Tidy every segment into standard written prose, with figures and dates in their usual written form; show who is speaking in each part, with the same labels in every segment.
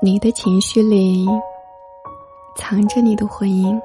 Speaker 1: 你的情绪里藏着你的婚姻。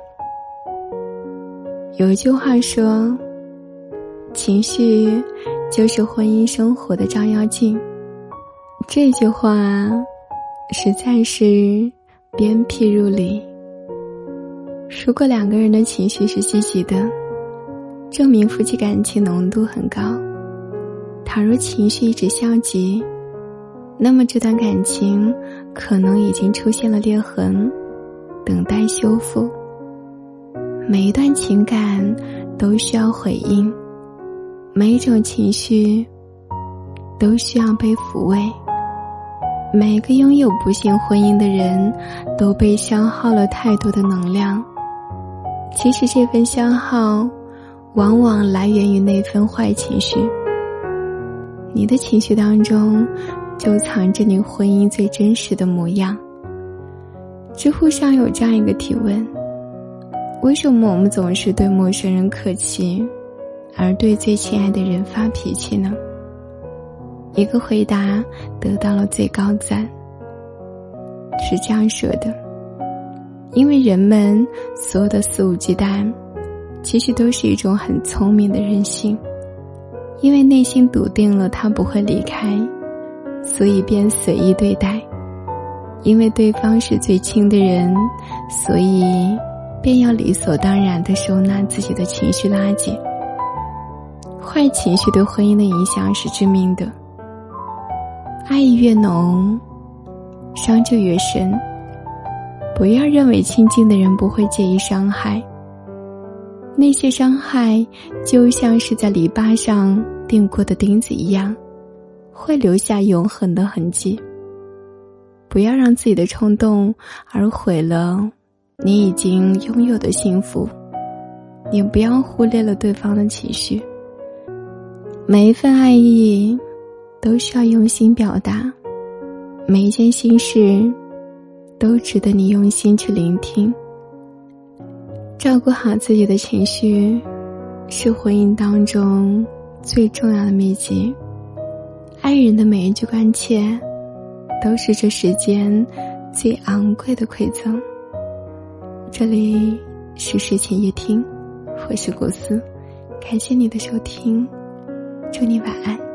Speaker 1: 有一句话说，情绪就是婚姻生活的照妖镜。这句话实在是鞭辟入里。如果两个人的情绪是积极的，证明夫妻感情浓度很高。倘若情绪一直消极，那么这段感情可能已经出现了裂痕，等待修复。每一段情感都需要回应，每一种情绪都需要被抚慰。每个拥有不幸婚姻的人都被消耗了太多的能量，其实这份消耗往往来源于那份坏情绪。你的情绪当中就藏着你婚姻最真实的模样。知乎上有这样一个提问，为什么我们总是对陌生人客气，而对最亲爱的人发脾气呢？一个回答得到了最高赞，是这样说的：因为人们所有的肆无忌惮，其实都是一种很聪明的人性。因为内心笃定了他不会离开，所以便随意对待。因为对方是最亲的人，所以便要理所当然地收纳自己的情绪垃圾。坏情绪对婚姻的影响是致命的，爱意越浓，伤就越深。不要认为亲近的人不会介意伤害，那些伤害就像是在篱笆上钉过的钉子一样，会留下永恒的痕迹。不要让自己的冲动而毁了你已经拥有的幸福，也不要忽略了对方的情绪。每一份爱意都需要用心表达，每一件心事都值得你用心去聆听。照顾好自己的情绪是婚姻当中最重要的秘籍。爱人的每一句关切都是这世间最昂贵的馈赠。这里是睡前夜听，我是古斯，感谢你的收听，祝你晚安。